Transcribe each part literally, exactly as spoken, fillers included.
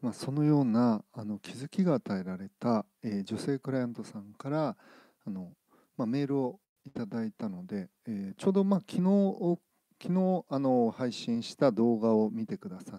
まあ、そのようなあの気づきが与えられた、えー女性クライアントさんからあの、まあ、メールをいただいたので、えーちょうどまあ昨日を昨日あの配信した動画を見てくださって、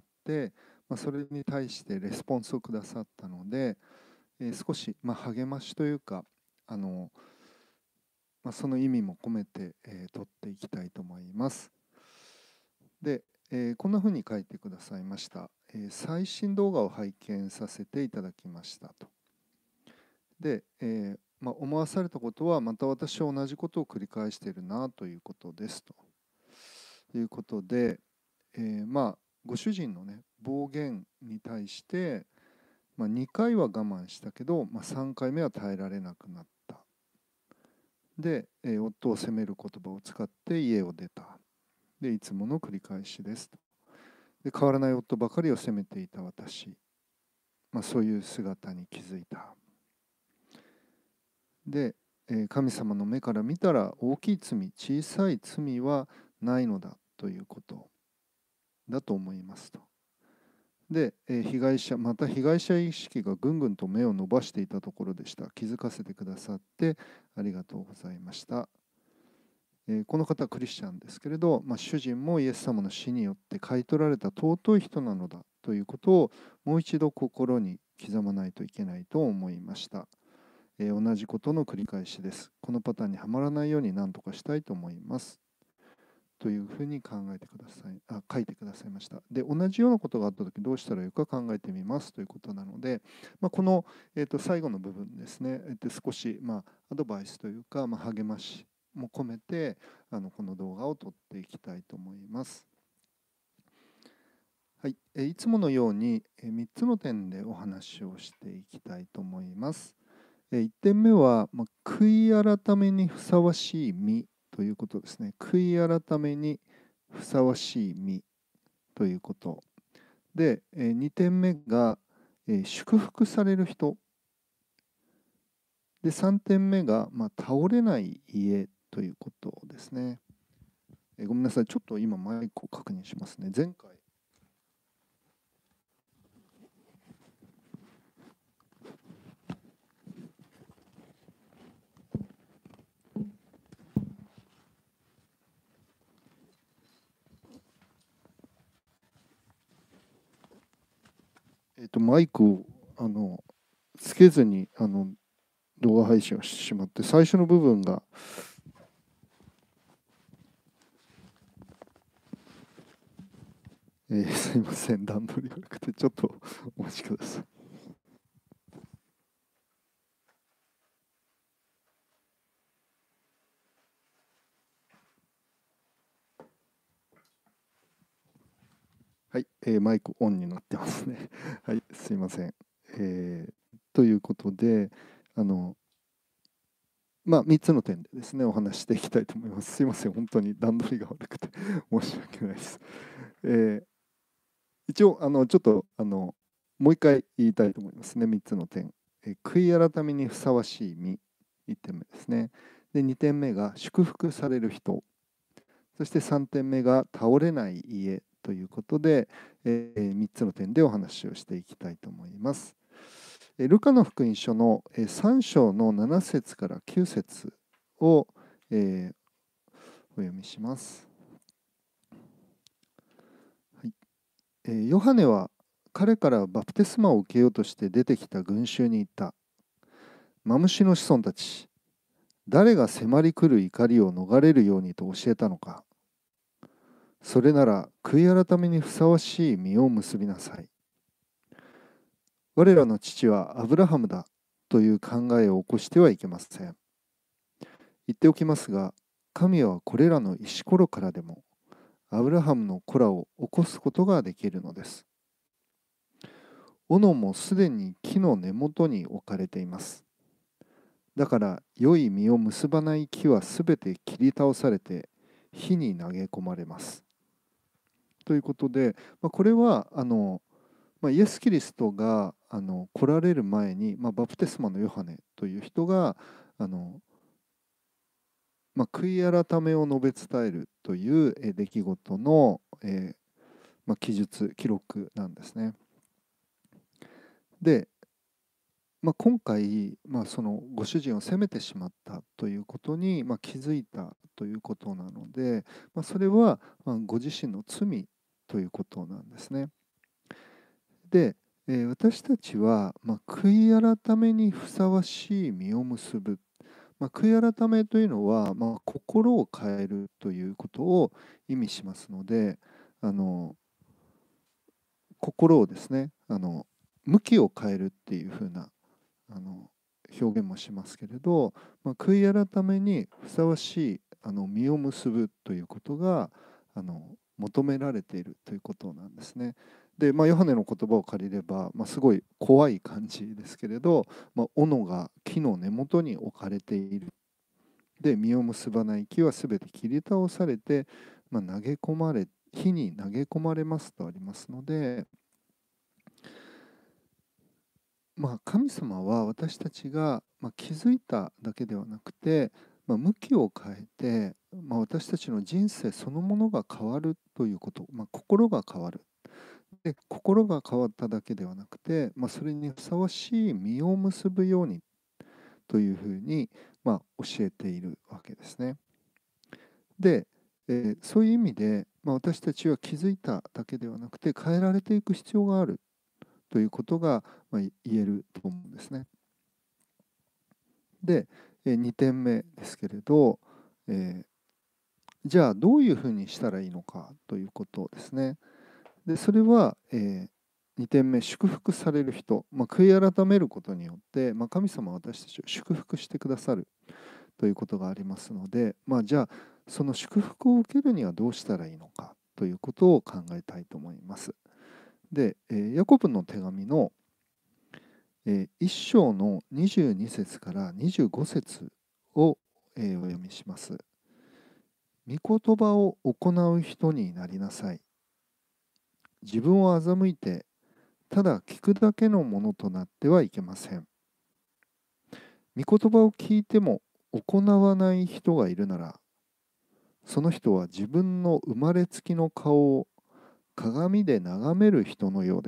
まあ、それに対してレスポンスをくださったので、えー少しまあ励ましというかあの、まあ、その意味も込めて、えー取っていきたいと思います。で、えーこんなふうに書いてくださいました。えー最新動画を拝見させていただきましたと。で、えーまあ、思わされたことは、また私は同じことを繰り返しているなということですということで、えーまあ、ご主人のね、暴言に対して、まあ、にかいは我慢したけど、まあ、さんかいめは耐えられなくなった。で、えー夫を責める言葉を使って家を出た。で、いつもの繰り返しですと。で、変わらない夫ばかりを責めていた私、まあ、そういう姿に気づいた。で、え神様の目から見たら大きい罪、小さい罪はないのだということだと思いますと。で、え被害者、また被害者意識がぐんぐんと目を伸ばしていたところでした。気づかせてくださってありがとうございました。えこの方はクリスチャンですけれど、まあ、主人もイエス様の死によって買い取られた尊い人なのだということをもう一度心に刻まないといけないと思いました。えー同じことの繰り返しです。このパターンにはまらないように何とかしたいと思います。というふうに考えてください。あ、書いてくださいました。で、同じようなことがあったときどうしたらいいか考えてみますということなので、まあ、この、えー、と最後の部分ですね、えー、と少し、まあ、アドバイスというか、まあ、励ましも込めてあのこの動画を撮っていきたいと思います。はい、えーいつものように、えみっつの点でお話をしていきたいと思います。えいってんめは、まあ、悔い改めにふさわしい身ということですね。悔い改めにふさわしい身ということ。で、えにてんめが、え祝福される人。で、さんてんめが、まあ、倒れない家ということですね。えごめんなさい。ちょっと今マイクを確認しますね。前回。えっと、マイクをあのつけずにあの動画配信をしてしまって、最初の部分がえーすいません、段取りが悪くて、ちょっとお待ちください。はい、えーマイクオンになってますね。はい、すいません。えーということで、あの、まあ、みっつの点でですね、お話ししていきたいと思います。すいません、本当に段取りが悪くて申し訳ないです。えー一応、あの、ちょっと、あの、もう一回言いたいと思いますね、みっつの点。えー悔い改めにふさわしい身、いってんめですね。で、にてんめが祝福される人。そしてさんてんめが倒れない家ということで、えーみっつの点でお話をしていきたいと思います。えールカの福音書のえーさん章のなな節からきゅう節を、えーお読みします。はい。えーヨハネは彼からバプテスマを受けようとして出てきた群衆に言った。マムシの子孫たち、誰が迫り来る怒りを逃れるようにと教えたのか。それなら悔い改めにふさわしい実を結びなさい。我らの父はアブラハムだという考えを起こしてはいけません。言っておきますが、神はこれらの石ころからでもアブラハムの子らを起こすことができるのです。斧もすでに木の根元に置かれています。だから良い実を結ばない木はすべて切り倒されて火に投げ込まれます。ということで、まあ、これはあの、まあ、イエス・キリストがあの来られる前に、まあ、バプテスマのヨハネという人があの、まあ、悔い改めを述べ伝えるというえ出来事の、えーまあ、記述記録なんですね。 で、まあ、今回、まあ、そのご主人を責めてしまったということに、まあ、気づいたということなので、まあ、それは、まあ、ご自身の罪ということなんですね。で、えー私たちは、まあ、悔い改めにふさわしい実を結ぶ。まあ、悔い改めというのは、まあ、心を変えるということを意味しますので、あの心をですね、あの向きを変えるっていうふうなあの表現もしますけれど、まあ、悔い改めにふさわしいあの実を結ぶということがあの求められているということなんですね。で、まあ、ヨハネの言葉を借りれば、まあ、すごい怖い感じですけれど、まあ、斧が木の根元に置かれている。で、実を結ばない木はすべて切り倒されて、まあ、投げ込まれ火に投げ込まれますとありますので、まあ、神様は私たちが、まあ、気づいただけではなくて、まあ、向きを変えて、まあ、私たちの人生そのものが変わるということ、まあ、心が変わる。で、心が変わっただけではなくて、まあ、それにふさわしい実を結ぶようにというふうに、まあ、教えているわけですね。で、えーそういう意味で、まあ、私たちは気づいただけではなくて変えられていく必要があるということが、まあ、言えると思うんですね。で、えにてんめですけれど、えーじゃあどういうふうにしたらいいのかということですね。で、それは、えにてんめ、祝福される人、まあ、悔い改めることによって、まあ、神様は私たちを祝福してくださるということがありますので、まあ、じゃあその祝福を受けるにはどうしたらいいのかということを考えたいと思います。で、えーヤコブの手紙の、えーいっ章のにじゅうに節からにじゅうご節を、えーお読みします。御言葉を行う人になりなさい。自分を欺いて、ただ聞くだけのものとなってはいけません。御言葉を聞いても行わない人がいるなら、その人は自分の生まれつきの顔を鏡で眺める人のようです。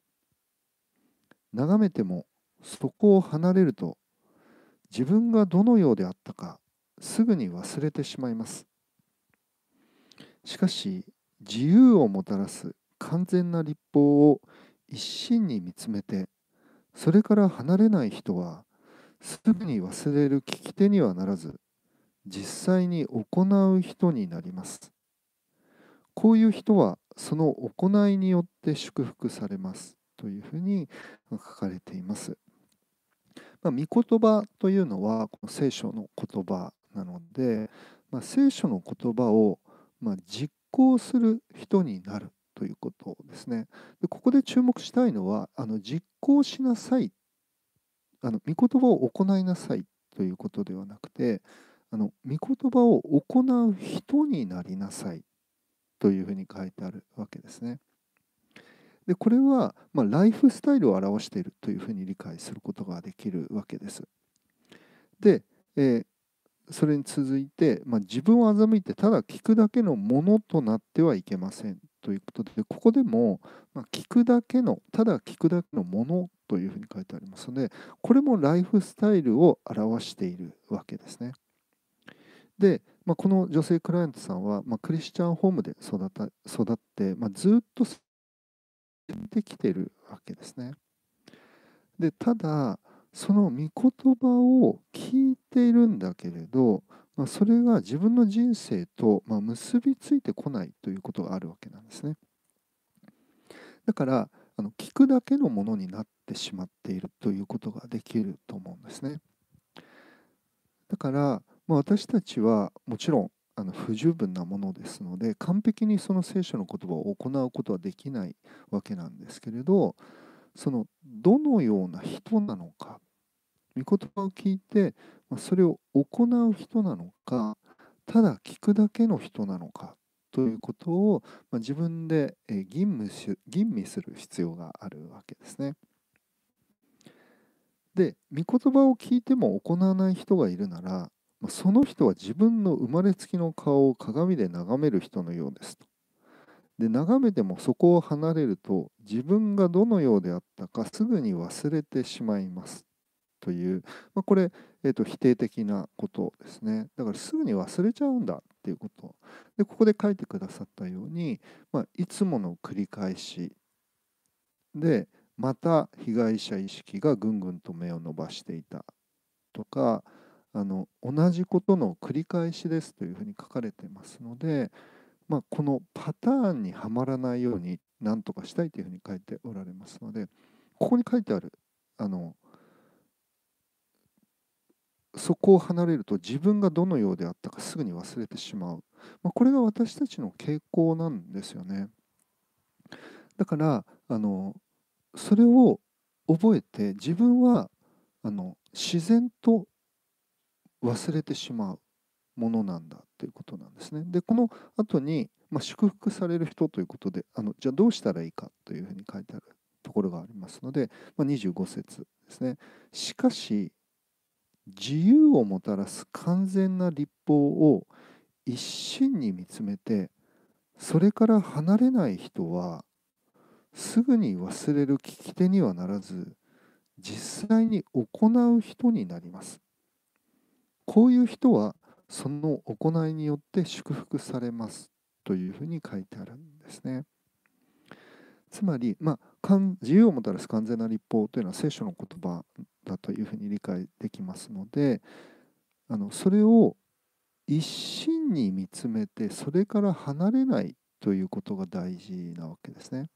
眺めてもそこを離れると、自分がどのようであったかすぐに忘れてしまいます。しかし、自由をもたらす完全な律法を一心に見つめて、それから離れない人は、すぐに忘れる聞き手にはならず、実際に行う人になります。こういう人は、その行いによって祝福されます。というふうに書かれています。まあ、御言葉というのは、この聖書の言葉なので、まあ、聖書の言葉を、まあ、実行する人になるということですね。で、ここで注目したいのは、あの実行しなさい、あの御言葉を行いなさいということではなくて、あの御言葉を行う人になりなさいというふうに書いてあるわけですね。で、これは、まあ、ライフスタイルを表しているというふうに理解することができるわけです。で、えーそれに続いて、まあ、自分を欺いてただ聞くだけのものとなってはいけませんということで、ここでも、まあ、聞くだけの、ただ聞くだけのものというふうに書いてありますので、これもライフスタイルを表しているわけですね。で、まあ、この女性クライアントさんは、まあ、クリスチャンホームで育た育って、まあ、ずっとできているわけですね。で、ただ、その御言葉を聞いているんだけれど、まあ、それが自分の人生と、まあ、結びついてこないということがあるわけなんですね。だから、あの聞くだけのものになってしまっているということができると思うんですね。だから、まあ、私たちはもちろんあの不十分なものですので、完璧にその聖書の言葉を行うことはできないわけなんですけれど、そのどのような人なのか、御言葉を聞いて、まあそれを行う人なのか、ただ聞くだけの人なのかということを、まあ自分でえー吟味し吟味する必要があるわけですね。で、御言葉を聞いても行わない人がいるなら、まあその人は自分の生まれつきの顔を鏡で眺める人のようですと。 で、眺めてもそこを離れると自分がどのようであったかすぐに忘れてしまいますという、まあ、これ、えーと、否定的なことですね。だからすぐに忘れちゃうんだっていうこと。で、ここで書いてくださったように、まあ、いつもの繰り返しで、また被害者意識がぐんぐんと目を伸ばしていたとか、あの同じことの繰り返しですというふうに書かれてますので、まあ、このパターンにはまらないように何とかしたいというふうに書いておられますので、ここに書いてあるあのそこを離れると自分がどのようであったかすぐに忘れてしまう、まあ、これが私たちの傾向なんですよね。だからあのそれを覚えて自分はあの自然と忘れてしまうものなんだということなんですね。で、この後に、まあ、祝福される人ということで、あのじゃあどうしたらいいかというふうに書いてあるところがありますので、まあ、にじゅうご節ですね。しかし、自由をもたらす完全な立法を一心に見つめて、それから離れない人は、すぐに忘れる聞き手にはならず、実際に行う人になります。こういう人はその行いによって祝福されますというふうに書いてあるんですね。つまり、まあ、自由をもたらす完全な立法というのは聖書の言葉だというふうに理解できますので、あのそれを一心に見つめてそれから離れないということが大事なわけですね。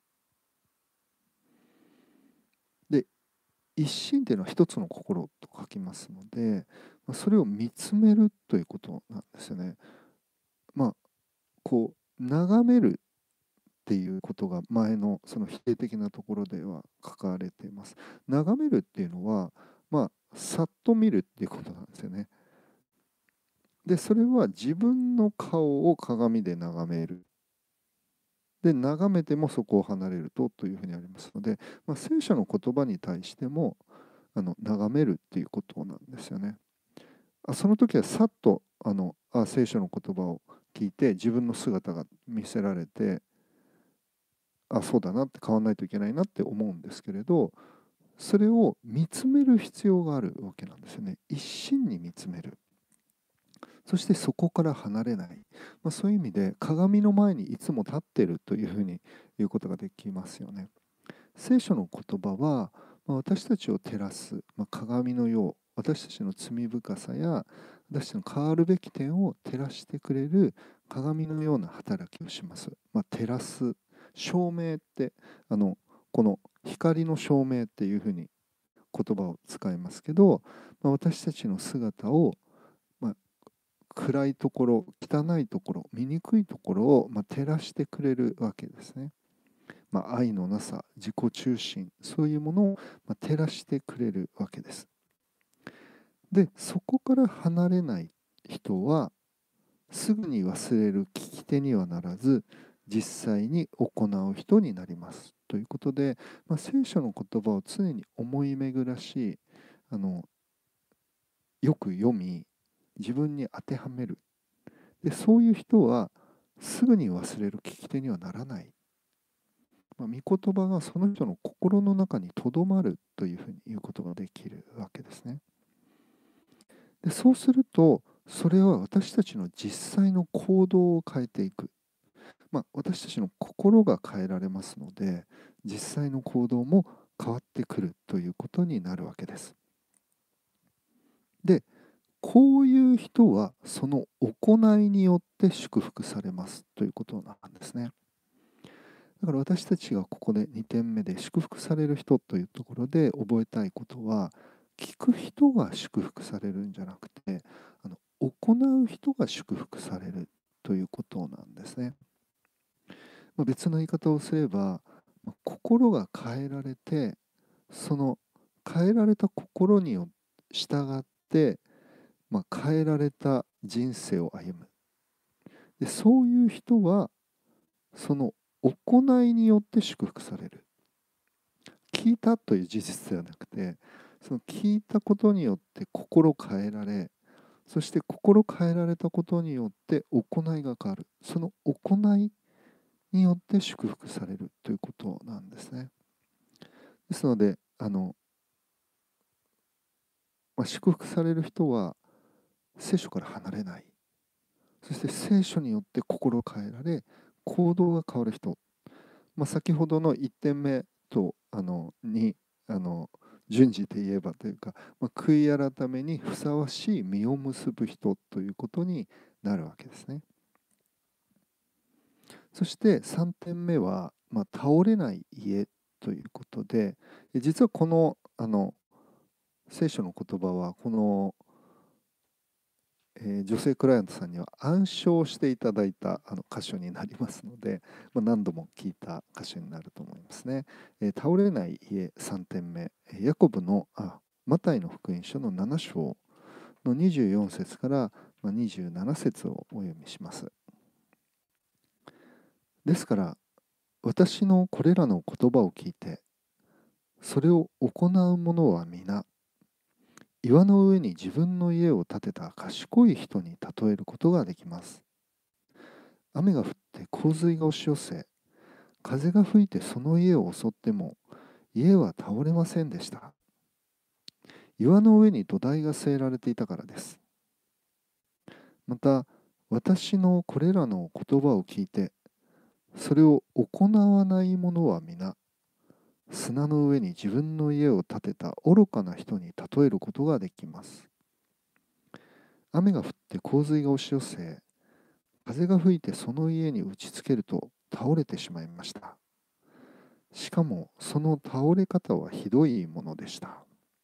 で、一心というのは一つの心と書きますので、それを見つめるということなんですよね。まあ、こう眺めるっていうことが前のその否定的なところでは書かれています。眺めるっていうのは、まあ、さっと見るっていうことなんですよね。で、それは自分の顔を鏡で眺める。で、眺めてもそこを離れるとというふうにありますので、まあ、聖書の言葉に対してもあの眺めるっていうことなんですよね。あその時はさっとあのあ聖書の言葉を聞いて自分の姿が見せられて、あ、そうだなって変わらないといけないなって思うんですけれど、それを見つめる必要があるわけなんですよね。一心に見つめる。そしてそこから離れない。まあ、そういう意味で鏡の前にいつも立ってるというふうに言うことができますよね。聖書の言葉は、まあ、私たちを照らす、まあ、鏡のよう、私たちの罪深さや私たちの変わるべき点を照らしてくれる鏡のような働きをします。まあ、照らす、照明ってあのこの光の照明っていうふうに言葉を使いますけど、まあ、私たちの姿を、まあ、暗いところ、汚いところ、醜いところを、まあ、照らしてくれるわけですね。まあ、愛のなさ、自己中心、そういうものを、まあ、照らしてくれるわけです。で、そこから離れない人は、すぐに忘れる聞き手にはならず、実際に行う人になります。ということで、まあ、聖書の言葉を常に思い巡らし、あのよく読み、自分に当てはめる。で、そういう人は、すぐに忘れる聞き手にはならない。まあ、御言葉がその人の心の中にとどまるというふうに言うことができるわけですね。で、そうすると、それは私たちの実際の行動を変えていく。まあ、私たちの心が変えられますので、実際の行動も変わってくるということになるわけです。で、こういう人はその行いによって祝福されますということなんですね。だから私たちがここでにてんめで祝福される人というところで覚えたいことは、聞く人が祝福されるんじゃなくて、あの行う人が祝福されるということなんですね。まあ、別の言い方をすれば、まあ心が変えられて、その変えられた心によ従って、まあ、変えられた人生を歩む。で、そういう人は、その行いによって祝福される。聞いたという事実ではなくて、その聞いたことによって心変えられ、そして心変えられたことによって行いが変わる。その行いによって祝福されるということなんですね。ですので、あの、まあ、祝福される人は聖書から離れない。そして聖書によって心を変えられ、行動が変わる人。まあ、先ほどのいってんめとあのにあの順次で言えばというか、まあ、悔い改めにふさわしい実を結ぶ人ということになるわけですね。そしてさんてんめは、まあ、倒れない家ということで、実はこのあの聖書の言葉はこの、えー女性クライアントさんには暗唱していただいたあの箇所になりますので、まあ、何度も聞いた箇所になると思いますね。えー倒れない家さんてんめ、えーヤコブのあマタイの福音書のなな章のにじゅうよん節からまあにじゅうなな節をお読みします。ですから私のこれらの言葉を聞いてそれを行う者は皆岩の上に自分の家を建てた賢い人に例えることができます。雨が降って洪水が押し寄せ、風が吹いてその家を襲っても、家は倒れませんでした。岩の上に土台が据えられていたからです。また、私のこれらの言葉を聞いて、それを行わない者は皆、砂の上に自分の家を建てた愚かな人に例えることができます。雨が降って洪水が押し寄せ、風が吹いてその家に打ちつけると倒れてしまいました。しかもその倒れ方はひどいものでした。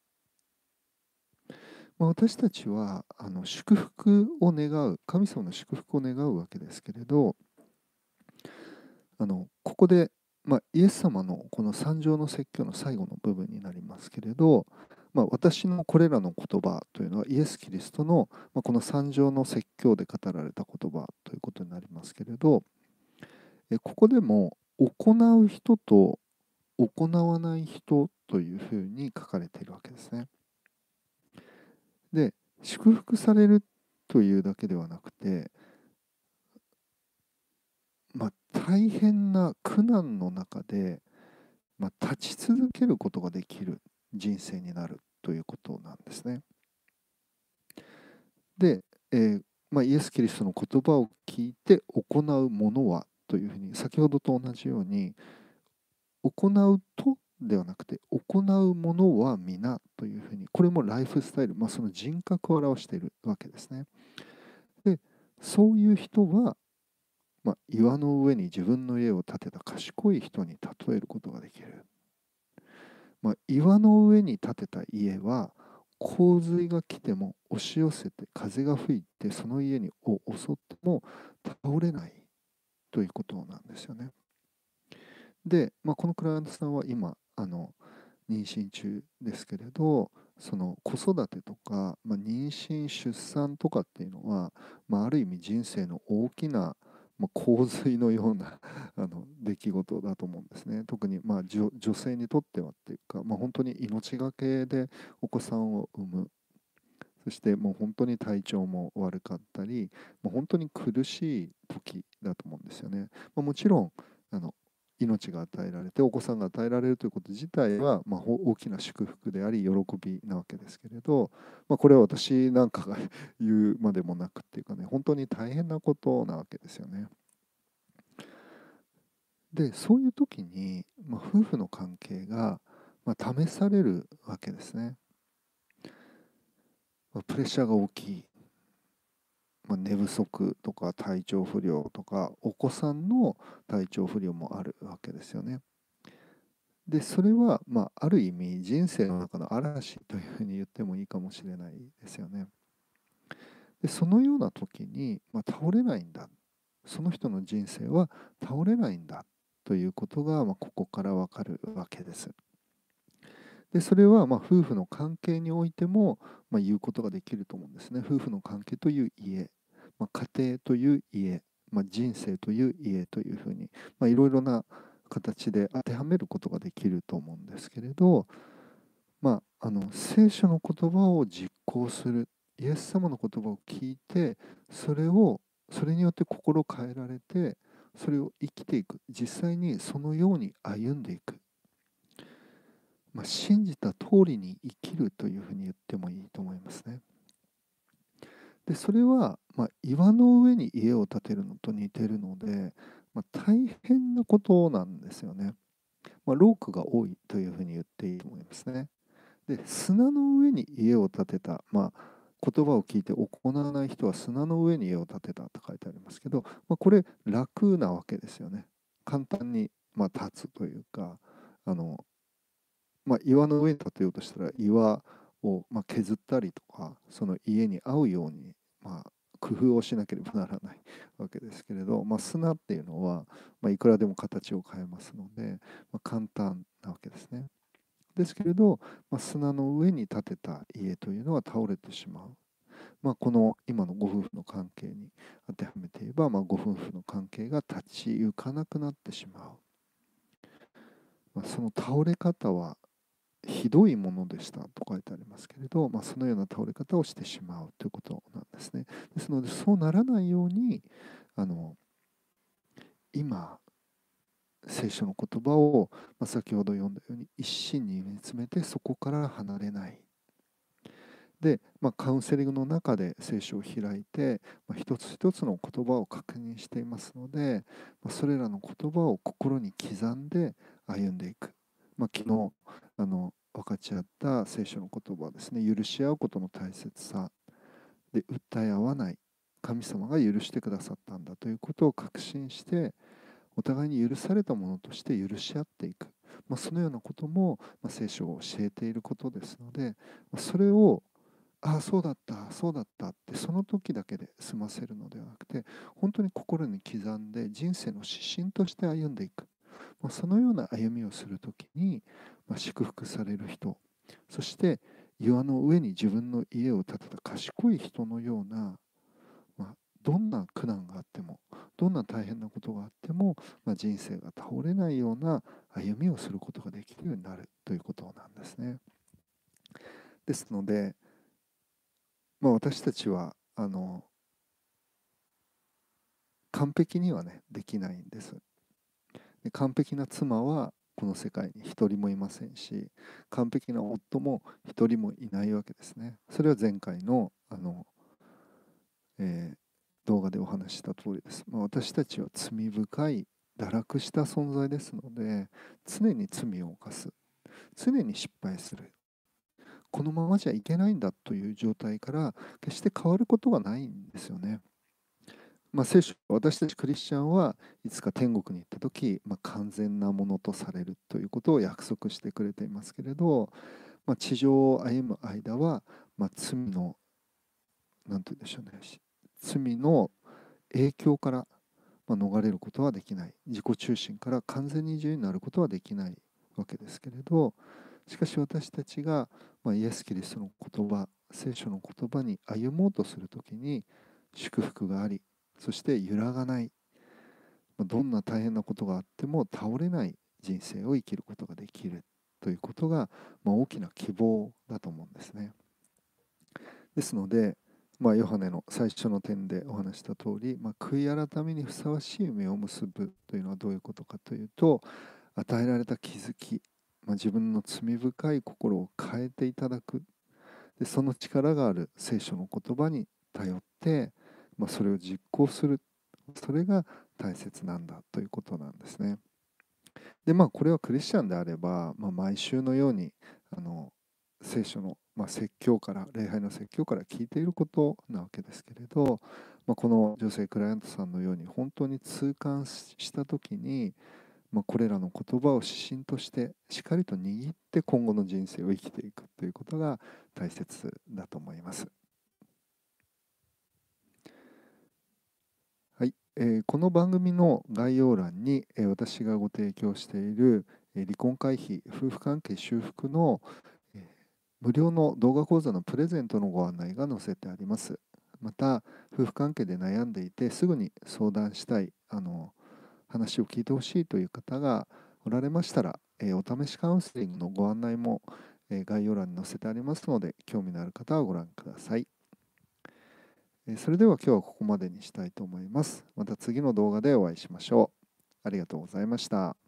まあ、私たちはあの祝福を願う、神様の祝福を願うわけですけれど、あのここで、まあ、イエス様のこの三条の説教の最後の部分になりますけれど、まあ、私のこれらの言葉というのはイエス・キリストの、まあ、この三条の説教で語られた言葉ということになりますけれど、えここでも行う人と行わない人というふうに書かれているわけですね。で、祝福されるというだけではなくて、まあ、大変な苦難の中で、まあ、立ち続けることができる人生になるということなんですね。で、えーまあ、イエス・キリストの言葉を聞いて行うものはというふうに、先ほどと同じように、行うとではなくて、行うものは皆というふうに、これもライフスタイル、まあ、その人格を表しているわけですね。で、そういう人は、まあ、岩の上に自分の家を建てた賢い人に例えることができる。まあ、岩の上に建てた家は洪水が来ても押し寄せて風が吹いてその家にを襲っても倒れないということなんですよね。で、まあ、このクライアントさんは今あの妊娠中ですけれど、その子育てとか、まあ、妊娠出産とかっていうのは、まあ、ある意味人生の大きな、まあ、洪水のようなあの出来事だと思うんですね。特にまあ女、女性にとってはっていうか、まあ、本当に命がけでお子さんを産む。そしてもう本当に体調も悪かったり、もう本当に苦しい時だと思うんですよね。まあ、もちろんあの命が与えられてお子さんが与えられるということ自体は、まあ、大きな祝福であり喜びなわけですけれど、まあ、これは私なんかが言うまでもなくっていうかね、本当に大変なことなわけですよね。で、そういう時に、まあ、夫婦の関係が、まあ、試されるわけですね。まあ、プレッシャーが大きい。まあ、寝不足とか体調不良とかお子さんの体調不良もあるわけですよね。でそれは、まあ、ある意味人生の中の嵐というふうに言ってもいいかもしれないですよね。でそのような時に、まあ、倒れないんだ、その人の人生は倒れないんだということが、まあ、ここからわかるわけです。でそれはまあ夫婦の関係においても、まあ、言うことができると思うんですね。夫婦の関係という家、まあ、家庭という家、まあ、人生という家というふうに、まあ、いろいろな形で当てはめることができると思うんですけれど、まあ、あの聖書の言葉を実行する、イエス様の言葉を聞いて、それをそれによって心変えられて、 それを生きていく、実際にそのように歩んでいく、まあ、信じた通りに生きるというふうに言ってもいいと思いますね。で、それは、まあ、岩の上に家を建てるのと似てるので、まあ、大変なことなんですよね。まあ、労苦が多いというふうに言っていいと思いますね。で、砂の上に家を建てた、まあ、言葉を聞いて行わない人は砂の上に家を建てたと書いてありますけど、まあ、これ楽なわけですよね。簡単に、まあ、建つというか、あの、まあ、岩の上に建てようとしたら岩を、まあ、削ったりとか、その家に合うように、まあ、工夫をしなければならないわけですけれど、まあ、砂っていうのは、まあ、いくらでも形を変えますので、まあ、簡単なわけですね。ですけれど、まあ、砂の上に建てた家というのは倒れてしまう。まあ、この今のご夫婦の関係に当てはめて言えば、まあ、ご夫婦の関係が立ち行かなくなってしまう。まあ、その倒れ方はひどいものでしたと書いてありますけれど、まあ、そのような倒れ方をしてしまうということなんですね。ですので、そうならないように、あの今、聖書の言葉を、まあ、先ほど読んだように一心に見つめてそこから離れない。で、まあ、カウンセリングの中で聖書を開いて、まあ、一つ一つの言葉を確認していますので、まあ、それらの言葉を心に刻んで歩んでいく。まあ、昨日あの分かち合った聖書の言葉ですね、許し合うことの大切さで、訴え合わない、神様が許してくださったんだということを確信して、お互いに許されたものとして許し合っていく、まあ、そのようなことも、まあ、聖書を教えていることですので、まあ、それをああ、そうだった、そうだったって、その時だけで済ませるのではなくて、本当に心に刻んで人生の指針として歩んでいく。まあ、そのような歩みをする時に、まあ、祝福される人、そして岩の上に自分の家を建てた賢い人のような、まあ、どんな苦難があっても、どんな大変なことがあっても、まあ、人生が倒れないような歩みをすることができるようになるということなんですね。ですので、まあ、私たちはあの完璧にはねできないんです。で、完璧な妻はこの世界に一人もいませんし、完璧な夫も一人もいないわけですね。それは前回のあの、えー動画でお話しした通りです。まあ、私たちは罪深い堕落した存在ですので、常に罪を犯す、常に失敗する、このままじゃいけないんだという状態から決して変わることがないんですよね。まあ、聖書、私たちクリスチャンはいつか天国に行った時、まあ、完全なものとされるということを約束してくれていますけれど、まあ、地上を歩む間は、まあ、罪の、なんて言うんでしょうね、罪の影響から、まあ、逃れることはできない。自己中心から完全に自由になることはできないわけですけれど、しかし私たちが、まあ、イエス・キリストの言葉、聖書の言葉に歩もうとするときに祝福があり、そして揺らがない、どんな大変なことがあっても倒れない人生を生きることができるということが、まあ、大きな希望だと思うんですね。ですので、まあ、ヨハネの最初の点でお話した通り、まあ、悔い改めにふさわしい実を結ぶというのはどういうことかというと、与えられた気づき、まあ、自分の罪深い心を変えていただく、でその力がある聖書の言葉に頼って、まあ、それを実行する、それが大切なんだということなんですね。で、まあ、これはクリスチャンであれば、まあ、毎週のようにあの聖書の、まあ、説教から、礼拝の説教から聞いていることなわけですけれど、まあ、この女性クライアントさんのように本当に痛感したときに、まあ、これらの言葉を指針としてしっかりと握って今後の人生を生きていくということが大切だと思います。はい、えーこの番組の概要欄に、えー私がご提供している、えー離婚回避、夫婦関係修復の、えー無料の動画講座のプレゼントのご案内が載せてあります。また、夫婦関係で悩んでいてすぐに相談したい、あの話を聞いてほしいという方がおられましたら、えーお試しカウンセリングのご案内も、えー概要欄に載せてありますので、興味のある方はご覧ください。 えーそれでは今日はここまでにしたいと思います。また次の動画でお会いしましょう。ありがとうございました。